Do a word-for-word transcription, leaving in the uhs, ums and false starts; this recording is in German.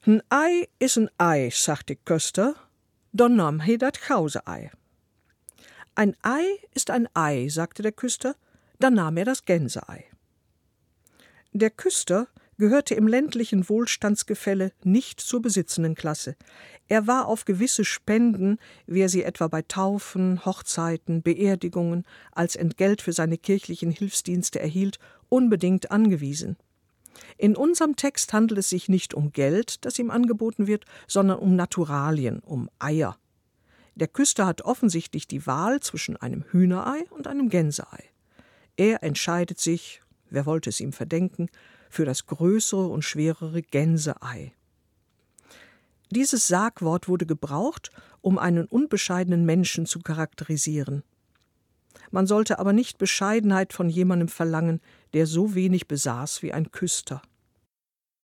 N Ei is een Ei, sagt die Küster, dann nahm he dat Gauseei. Ein Ei ist ein Ei, sagte der Küster, dann nahm er das Gänseei. Der Küster gehörte im ländlichen Wohlstandsgefälle nicht zur besitzenden Klasse. Er war auf gewisse Spenden, wie er sie etwa bei Taufen, Hochzeiten, Beerdigungen als Entgelt für seine kirchlichen Hilfsdienste erhielt, unbedingt angewiesen. In unserem Text handelt es sich nicht um Geld, das ihm angeboten wird, sondern um Naturalien, um Eier. Der Küster hat offensichtlich die Wahl zwischen einem Hühnerei und einem Gänseei. Er entscheidet sich, wer wollte es ihm verdenken, für das größere und schwerere Gänseei. Dieses Sagwort wurde gebraucht, um einen unbescheidenen Menschen zu charakterisieren. Man sollte aber nicht Bescheidenheit von jemandem verlangen, der so wenig besaß wie ein Küster.